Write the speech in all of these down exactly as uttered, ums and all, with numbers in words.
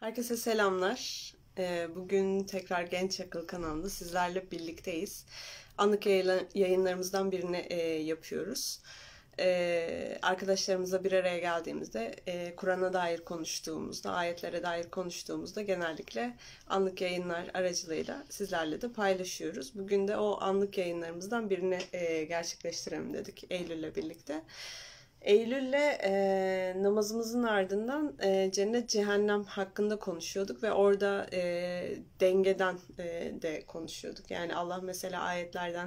Herkese selamlar. Ee, Bugün tekrar Genç Akıl kanalında sizlerle birlikteyiz. Anlık yayın- yayınlarımızdan birini e, yapıyoruz. Ee, Arkadaşlarımızla bir araya geldiğimizde, e, Kur'an'a dair konuştuğumuzda, ayetlere dair konuştuğumuzda genellikle anlık yayınlar aracılığıyla sizlerle de paylaşıyoruz. Bugün de o anlık yayınlarımızdan birini e, gerçekleştirelim dedik Eylül'le birlikte. Eylül'le e, namazımızın ardından e, cennet cehennem hakkında konuşuyorduk ve orada e, dengeden e, de konuşuyorduk. Yani Allah mesela ayetlerden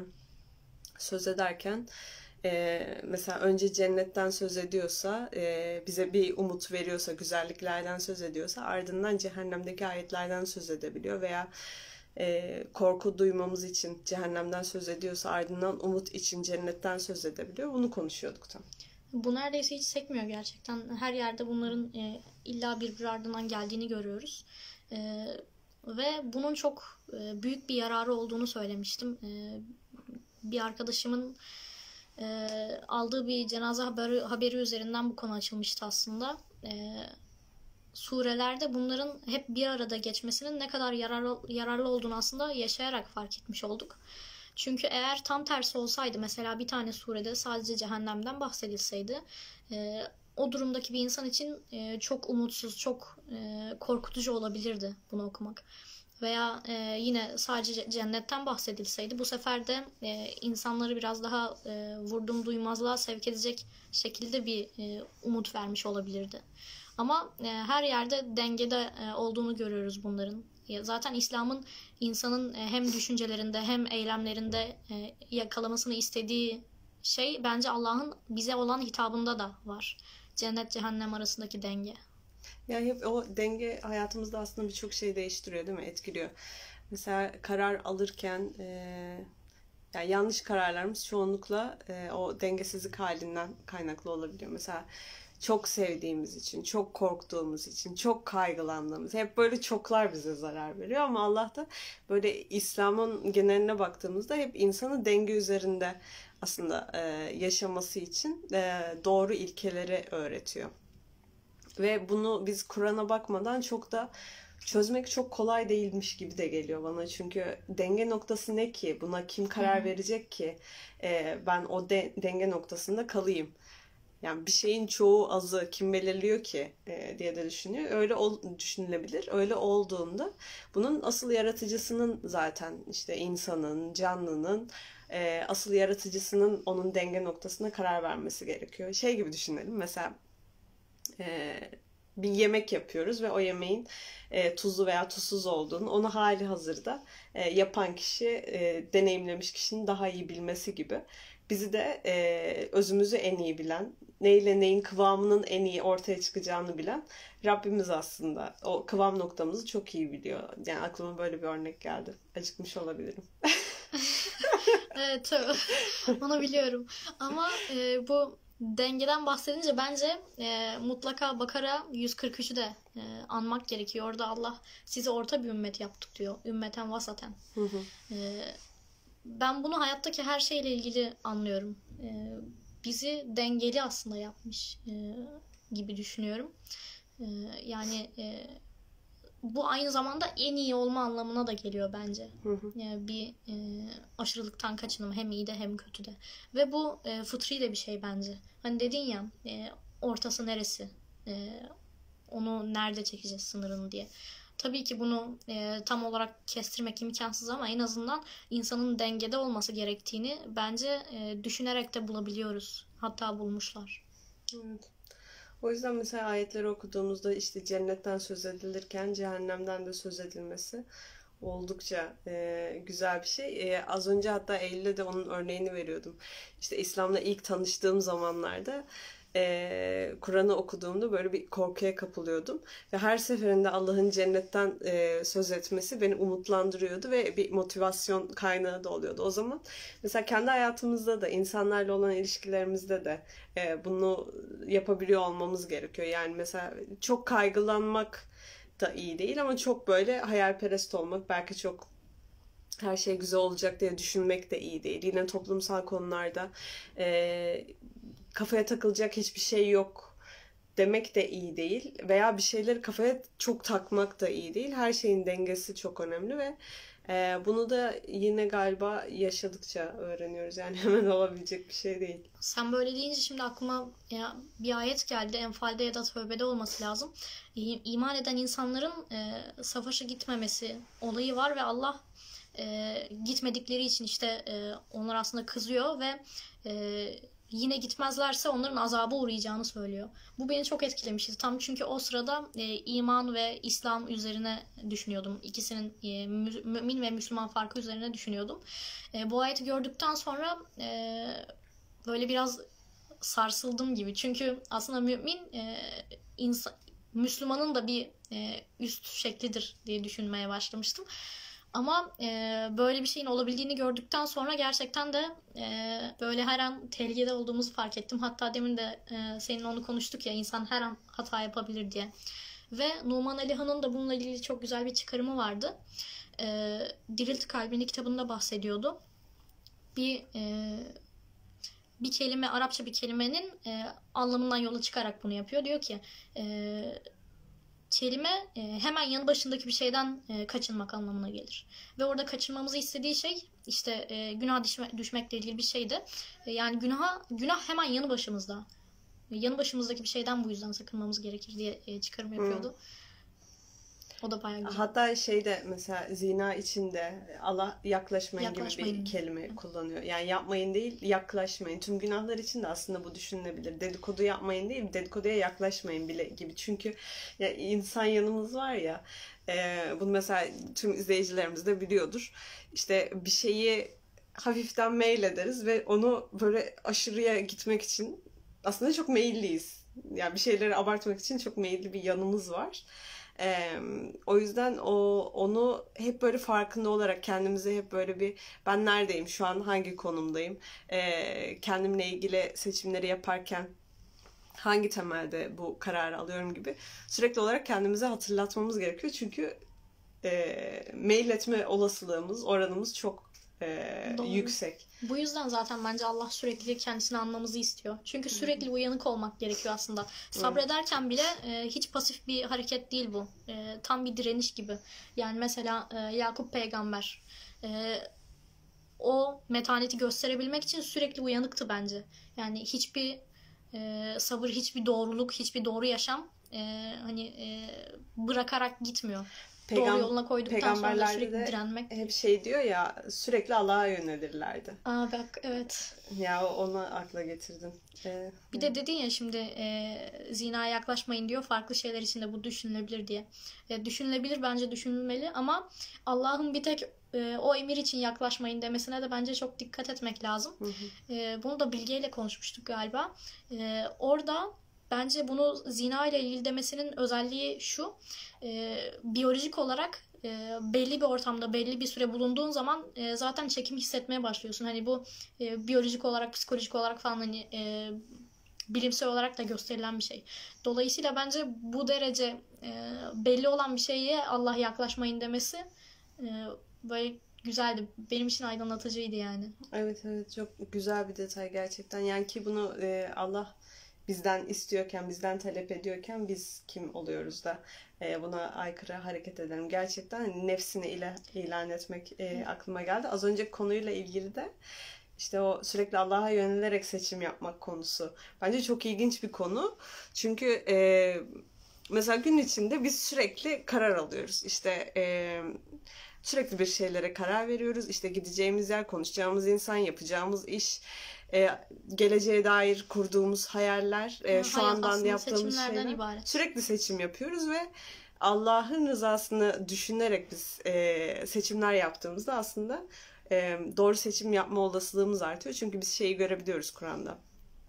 söz ederken e, mesela önce cennetten söz ediyorsa, e, bize bir umut veriyorsa, güzelliklerden söz ediyorsa ardından cehennemdeki ayetlerden söz edebiliyor veya e, korku duymamız için cehennemden söz ediyorsa ardından umut için cennetten söz edebiliyor. Bunu konuşuyorduk tam. Bu neredeyse hiç sekmiyor gerçekten. Her yerde bunların e, illa birbiri ardından geldiğini görüyoruz. E, ve bunun çok e, büyük bir yararı olduğunu söylemiştim. E, bir arkadaşımın e, aldığı bir cenaze haberi, haberi üzerinden bu konu açılmıştı aslında. E, surelerde bunların hep bir arada geçmesinin ne kadar yararlı, yararlı olduğunu aslında yaşayarak fark etmiş olduk. Çünkü eğer tam tersi olsaydı, mesela bir tane surede sadece cehennemden bahsedilseydi, e, o durumdaki bir insan için e, çok umutsuz, çok e, korkutucu olabilirdi bunu okumak. Veya e, yine sadece cennetten bahsedilseydi, bu sefer de e, insanları biraz daha e, vurdum duymazlığa sevk edecek şekilde bir e, umut vermiş olabilirdi. Ama e, her yerde dengede e, olduğunu görüyoruz bunların. Zaten İslam'ın insanın hem düşüncelerinde hem eylemlerinde yakalamasını istediği şey bence Allah'ın bize olan hitabında da var. Cennet cehennem arasındaki denge. Yani hep o denge hayatımızda aslında birçok şey değiştiriyor, değil mi? Etkiliyor. Mesela karar alırken e, yani yanlış kararlarımız çoğunlukla e, o dengesizlik halinden kaynaklı olabiliyor. Mesela çok sevdiğimiz için, çok korktuğumuz için, çok kaygılandığımız, hep böyle çoklar bize zarar veriyor ama Allah da böyle İslam'ın geneline baktığımızda hep insanı denge üzerinde aslında e, yaşaması için e, doğru ilkeleri öğretiyor. Ve bunu biz Kur'an'a bakmadan çok da çözmek çok kolay değilmiş gibi de geliyor bana. Çünkü denge noktası ne ki? Buna kim karar verecek ki? E, ben o de, denge noktasında kalayım. Yani bir şeyin çoğu azı kim belirliyor ki e, diye de düşünüyor. Öyle ol, düşünülebilir. Öyle olduğunda bunun asıl yaratıcısının zaten işte insanın, canlının e, asıl yaratıcısının onun denge noktasına karar vermesi gerekiyor. Şey gibi düşünelim. Mesela e, bir yemek yapıyoruz ve o yemeğin e, tuzlu veya tuzsuz olduğunu onu hali hazırda e, yapan kişi, e, deneyimlemiş kişinin daha iyi bilmesi gibi. Bizi de e, özümüzü en iyi bilen, neyle neyin kıvamının en iyi ortaya çıkacağını bilen Rabbimiz aslında. O kıvam noktamızı çok iyi biliyor. Yani aklıma böyle bir örnek geldi. Acıkmış olabilirim. Evet, tabii. Onu biliyorum. Ama e, bu dengeden bahsedince bence e, mutlaka Bakara yüz kırk üçü de e, anmak gerekiyor. Orada Allah sizi orta bir ümmet yaptık diyor. Ümmeten vasaten. Hı hı. E, ben bunu hayattaki her şeyle ilgili anlıyorum. E, bizi dengeli aslında yapmış e, gibi düşünüyorum. E, yani e, bu aynı zamanda en iyi olma anlamına da geliyor bence. Hı hı. Yani bir e, aşırılıktan kaçınım, hem iyi de hem kötü de. Ve bu e, fıtri de bir şey bence. Hani dedin ya, e, ortası neresi? E, onu nerede çekeceğiz sınırını diye. Tabii ki bunu e, tam olarak kestirmek imkansız ama en azından insanın dengede olması gerektiğini bence e, düşünerek de bulabiliyoruz. Hatta bulmuşlar. Evet. O yüzden mesela ayetleri okuduğumuzda işte cennetten söz edilirken cehennemden de söz edilmesi oldukça e, güzel bir şey. E, az önce hatta Eylül'de de onun örneğini veriyordum. İşte İslam'la ilk tanıştığım zamanlarda e, Kur'an'ı okuduğumda böyle bir korkuya kapılıyordum. Ve her seferinde Allah'ın cennetten e, söz etmesi beni umutlandırıyordu ve bir motivasyon kaynağı da oluyordu. O zaman mesela kendi hayatımızda da, insanlarla olan ilişkilerimizde de e, bunu yapabiliyor olmamız gerekiyor. Yani mesela çok kaygılanmak da iyi değil ama çok böyle hayalperest olmak, belki çok her şey güzel olacak diye düşünmek de iyi değil. Yine toplumsal konularda e, kafaya takılacak hiçbir şey yok demek de iyi değil veya bir şeyleri kafaya çok takmak da iyi değil. Her şeyin dengesi çok önemli ve e, bunu da yine galiba yaşadıkça öğreniyoruz. Yani hemen olabilecek bir şey değil. Sen böyle deyince şimdi aklıma ya, bir ayet geldi. Enfal'de ya da Tövbe'de olması lazım. İ- İman eden insanların e, savaşa gitmemesi olayı var ve Allah e, gitmedikleri için işte e, onlar aslında kızıyor ve e, yine gitmezlerse onların azaba uğrayacağını söylüyor. Bu beni çok etkilemişti. Tam çünkü o sırada e, iman ve İslam üzerine düşünüyordum. İkisinin e, mü- mümin ve Müslüman farkı üzerine düşünüyordum. E, bu ayeti gördükten sonra e, böyle biraz sarsıldım gibi. Çünkü aslında mümin e, insan, Müslümanın da bir e, üst şeklidir diye düşünmeye başlamıştım. Ama e, böyle bir şeyin olabildiğini gördükten sonra gerçekten de e, böyle her an tehlikede olduğumuzu fark ettim. Hatta demin de e, seninle onu konuştuk ya, insan her an hata yapabilir diye. Ve Numan Alihan'ın da bununla ilgili çok güzel bir çıkarımı vardı. E, Dirilt Kalbini kitabında bahsediyordu. Bir e, bir kelime, Arapça bir kelimenin e, anlamından yola çıkarak bunu yapıyor. Diyor ki e, kelime e, hemen yanı başındaki bir şeyden e, kaçınmak anlamına gelir. Ve orada kaçınmamızı istediği şey işte e, günah düşme, düşmekle ilgili bir şeydi. E, yani günah, günah hemen yanı başımızda. Yanı başımızdaki bir şeyden bu yüzden sakınmamız gerekir diye e, çıkarım yapıyordu. Hmm. O da bayağı güzel. Hatta şeyde mesela zina içinde Allah yaklaşmayın, yaklaşmayın gibi bir kelime Hı. kullanıyor. Yani yapmayın değil, yaklaşmayın. Tüm günahlar için de aslında bu düşünülebilir. Dedikodu yapmayın değil, dedikoduya yaklaşmayın bile gibi. Çünkü ya insan yanımız var ya, e, bunu mesela tüm izleyicilerimiz de biliyordur. İşte bir şeyi hafiften meylederiz ve onu böyle aşırıya gitmek için aslında çok meyilliyiz. Yani bir şeyleri abartmak için çok meyilli bir yanımız var. Ee, o yüzden o onu hep böyle farkında olarak kendimize hep böyle bir ben neredeyim şu an, hangi konumdayım, ee, kendimle ilgili seçimleri yaparken hangi temelde bu kararı alıyorum gibi sürekli olarak kendimize hatırlatmamız gerekiyor. Çünkü e, mail etme olasılığımız, oranımız çok e, yüksek. Bu yüzden zaten bence Allah sürekli kendisini anmamızı istiyor. Çünkü sürekli uyanık olmak gerekiyor aslında. Sabrederken bile e, hiç pasif bir hareket değil bu. E, tam bir direniş gibi. Yani mesela e, Yakup peygamber e, o metaneti gösterebilmek için sürekli uyanıktı bence. Yani hiçbir e, sabır, hiçbir doğruluk, hiçbir doğru yaşam e, hani e, bırakarak gitmiyor. Peygamber, doğru yoluna koyduktan sonra da sürekli direnmek. Hep şey diyor ya, sürekli Allah'a yönelirlerdi. Aa bak evet. Ya onu akla getirdim. Ee, bir de dedin ya şimdi e, zinaya yaklaşmayın diyor. Farklı şeyler için de bu düşünülebilir diye. E, düşünülebilir, bence düşünülmeli ama Allah'ın bir tek e, o emir için yaklaşmayın demesine de bence çok dikkat etmek lazım. Hı hı. E, bunu da Bilge ile konuşmuştuk galiba. E, orada bence bunu zina ile ilgili demesinin özelliği şu. E, biyolojik olarak e, belli bir ortamda belli bir süre bulunduğun zaman e, zaten çekim hissetmeye başlıyorsun. Hani bu e, biyolojik olarak, psikolojik olarak falan hani e, bilimsel olarak da gösterilen bir şey. Dolayısıyla bence bu derece e, belli olan bir şeye Allah yaklaşmayın demesi e, böyle güzeldi. Benim için aydınlatıcıydı yani. Evet evet, çok güzel bir detay gerçekten. Yani ki bunu e, Allah bizden istiyorken, bizden talep ediyorken biz kim oluyoruz da e, buna aykırı hareket edelim. Gerçekten nefsini ilan, ilan etmek e, aklıma geldi. Az önceki konuyla ilgili de işte o sürekli Allah'a yönelerek seçim yapmak konusu. Bence çok ilginç bir konu. Çünkü e, mesela gün içinde biz sürekli karar alıyoruz. İşte e, sürekli bir şeylere karar veriyoruz. İşte gideceğimiz yer, konuşacağımız insan, yapacağımız iş, e, geleceğe dair kurduğumuz hayaller, e, şu Hayat andan yaptığımız şeyler. İbaret. Sürekli seçim yapıyoruz ve Allah'ın rızasını düşünerek biz e, seçimler yaptığımızda aslında e, doğru seçim yapma olasılığımız artıyor. Çünkü biz şeyi görebiliyoruz Kur'an'da.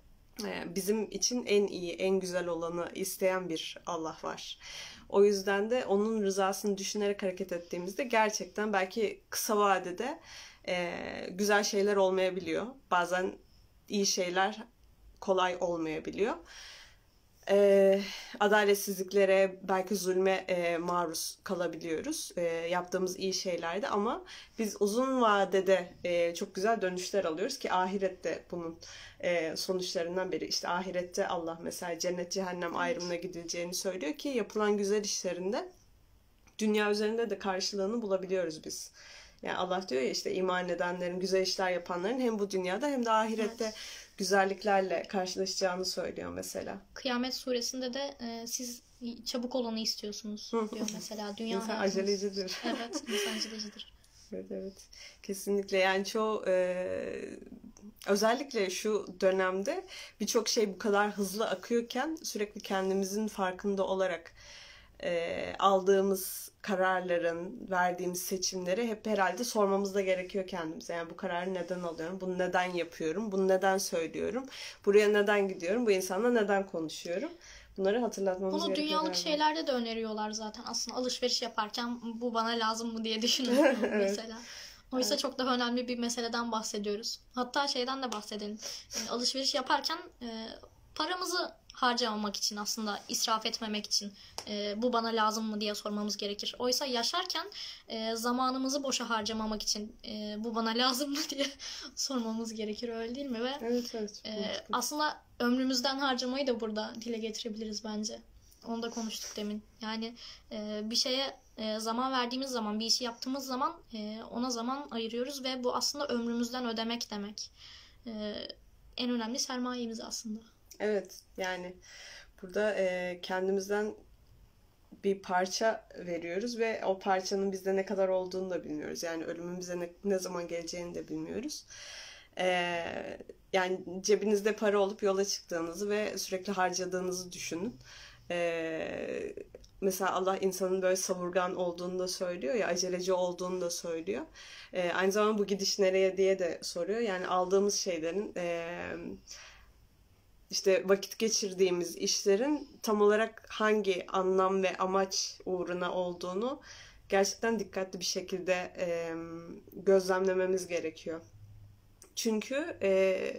E, bizim için en iyi, en güzel olanı isteyen bir Allah var. O yüzden de onun rızasını düşünerek hareket ettiğimizde gerçekten belki kısa vadede e, güzel şeyler olmayabiliyor. Bazen iyi şeyler kolay olmayabiliyor. e, adaletsizliklere, belki zulme e, maruz kalabiliyoruz e, yaptığımız iyi şeylerde, ama biz uzun vadede e, çok güzel dönüşler alıyoruz ki ahirette bunun e, sonuçlarından biri. İşte ahirette Allah mesela cennet cehennem ayrımına gidileceğini söylüyor ki yapılan güzel işlerinde dünya üzerinde de karşılığını bulabiliyoruz biz. Yani Allah diyor ya, işte iman edenlerin, güzel işler yapanların hem bu dünyada hem de ahirette evet. güzelliklerle karşılaşacağını söylüyor mesela. Kıyamet suresinde de e, siz çabuk olanı istiyorsunuz diyor mesela. Dünya İnsan acelecidir. Evet, insan acelecidir. Evet, evet. Kesinlikle. Yani çoğu e, özellikle şu dönemde birçok şey bu kadar hızlı akıyorken sürekli kendimizin farkında olarak e, aldığımız kararların, verdiğimiz seçimleri hep herhalde sormamız da gerekiyor kendimize. Yani bu kararı neden alıyorum? Bunu neden yapıyorum? Bunu neden söylüyorum? Buraya neden gidiyorum? Bu insanla neden konuşuyorum? Bunları hatırlatmamız Bunu gerekiyor. Bunu dünyalık galiba. şeylerde de öneriyorlar zaten. Aslında alışveriş yaparken bu bana lazım mı diye düşünüyorum evet. mesela. Oysa evet. çok daha önemli bir meseleden bahsediyoruz. Hatta şeyden de bahsedelim. Yani alışveriş yaparken e, paramızı harcamamak için, aslında israf etmemek için e, bu bana lazım mı diye sormamız gerekir. Oysa yaşarken e, zamanımızı boşa harcamamak için e, bu bana lazım mı diye sormamız gerekir, öyle değil mi? Ve evet, evet. e, aslında ömrümüzden harcamayı da burada dile getirebiliriz bence. Onu da konuştuk demin. Yani e, bir şeye e, zaman verdiğimiz zaman, bir işi yaptığımız zaman e, ona zaman ayırıyoruz ve bu aslında ömrümüzden ödemek demek. E, en önemli sermayemiz aslında. Evet, yani burada e, kendimizden bir parça veriyoruz ve o parçanın bizde ne kadar olduğunu da bilmiyoruz. Yani ölümün bize ne, ne zaman geleceğini de bilmiyoruz. E, yani cebinizde para olup yola çıktığınızı ve sürekli harcadığınızı düşünün. E, mesela Allah insanın böyle savurgan olduğunu da söylüyor ya, aceleci olduğunu da söylüyor. E, aynı zamanda bu gidiş nereye diye de soruyor. Yani aldığımız şeylerin... E, İşte vakit geçirdiğimiz işlerin tam olarak hangi anlam ve amaç uğruna olduğunu gerçekten dikkatli bir şekilde e, gözlemlememiz gerekiyor. Çünkü e,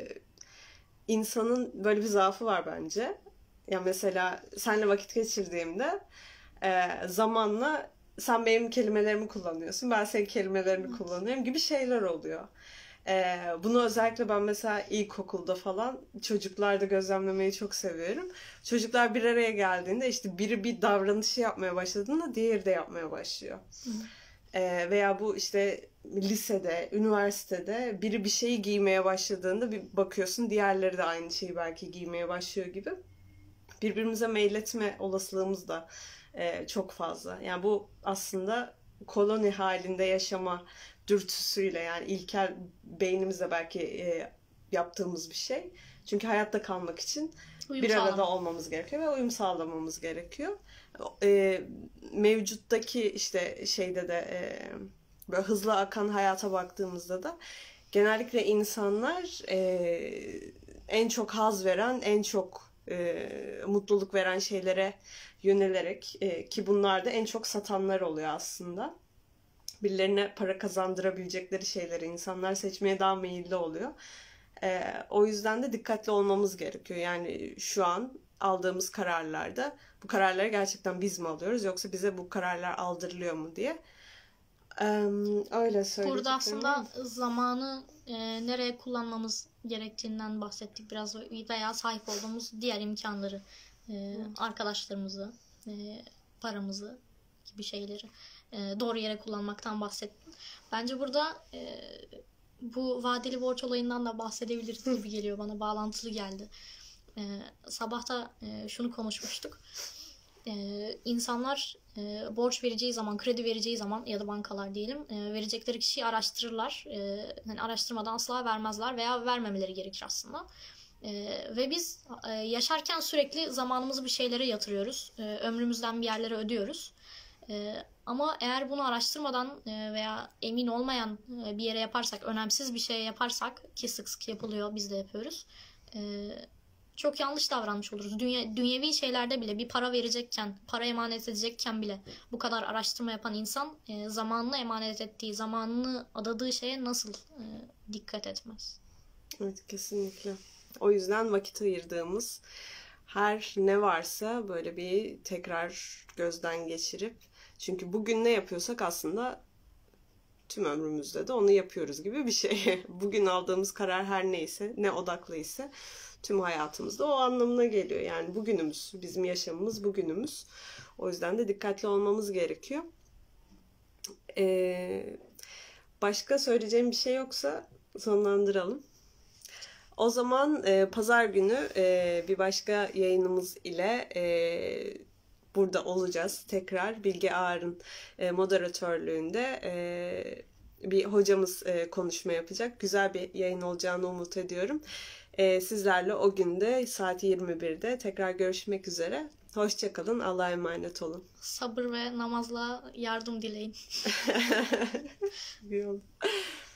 insanın böyle bir zaafı var bence. Ya mesela seninle vakit geçirdiğimde e, zamanla sen benim kelimelerimi kullanıyorsun, ben senin kelimelerini evet. kullanıyorum gibi şeyler oluyor. Ee, bunu özellikle ben mesela ilkokulda falan çocuklarda gözlemlemeyi çok seviyorum. Çocuklar bir araya geldiğinde işte biri bir davranışı yapmaya başladığında diğeri de yapmaya başlıyor. Ee, veya bu işte lisede, üniversitede biri bir şeyi giymeye başladığında bir bakıyorsun diğerleri de aynı şeyi belki giymeye başlıyor gibi. Birbirimize meyletme olasılığımız da e, çok fazla. Yani bu aslında koloni halinde yaşama dürtüsüyle, yani ilkel beynimizle belki e, yaptığımız bir şey. Çünkü hayatta kalmak için uyum bir sağlamak. Arada olmamız gerekiyor ve uyum sağlamamız gerekiyor. E, mevcuttaki işte şeyde de e, böyle hızlı akan hayata baktığımızda da genellikle insanlar e, en çok haz veren, en çok e, mutluluk veren şeylere yönelerek e, ki bunlar da en çok satanlar oluyor aslında. Birilerine para kazandırabilecekleri şeyleri insanlar seçmeye daha meyilli oluyor. Ee, o yüzden de dikkatli olmamız gerekiyor. Yani şu an aldığımız kararlarda bu kararları gerçekten biz mi alıyoruz yoksa bize bu kararlar aldırılıyor mu diye. Ee, öyle söyledik. Burada aslında zamanı e, nereye kullanmamız gerektiğinden bahsettik biraz veya sahip olduğumuz diğer imkanları, e, arkadaşlarımızı, e, paramızı gibi şeyleri doğru yere kullanmaktan bahsettim. Bence burada e, bu vadeli borç olayından da bahsedebiliriz gibi geliyor bana. Bağlantılı geldi. E, sabah da e, şunu konuşmuştuk. E, insanlar e, borç vereceği zaman, kredi vereceği zaman ya da bankalar diyelim, e, verecekleri kişiyi araştırırlar. E, yani araştırmadan asla vermezler veya vermemeleri gerekir aslında. E, ve biz e, yaşarken sürekli zamanımızı bir şeylere yatırıyoruz. E, ömrümüzden bir yerlere ödüyoruz. E, ama eğer bunu araştırmadan e, veya emin olmayan e, bir yere yaparsak, önemsiz bir şey yaparsak, ki sık sık yapılıyor, biz de yapıyoruz, e, çok yanlış davranmış oluruz. Dünya, dünyevi şeylerde bile bir para verecekken, para emanet edecekken bile bu kadar araştırma yapan insan e, zamanını emanet ettiği, zamanını adadığı şeye nasıl e, dikkat etmez? Evet, kesinlikle. O yüzden vakit ayırdığımız, her ne varsa böyle bir tekrar gözden geçirip, çünkü bugün ne yapıyorsak aslında tüm ömrümüzde de onu yapıyoruz gibi bir şey. Bugün aldığımız karar her neyse, ne odaklıysa tüm hayatımızda o anlamına geliyor. Yani bugünümüz, bizim yaşamımız bugünümüz. O yüzden de dikkatli olmamız gerekiyor. Ee, başka söyleyeceğim bir şey yoksa sonlandıralım. O zaman e, pazar günü e, bir başka yayınımız ile e, burada olacağız. Tekrar Bilge Ağar'ın e, moderatörlüğünde e, bir hocamız e, konuşma yapacak. Güzel bir yayın olacağını umut ediyorum. E, sizlerle o günde saat yirmi birde tekrar görüşmek üzere. Hoşça kalın. Allah'a emanet olun. Sabır ve namazla yardım dileyin. Bir yol.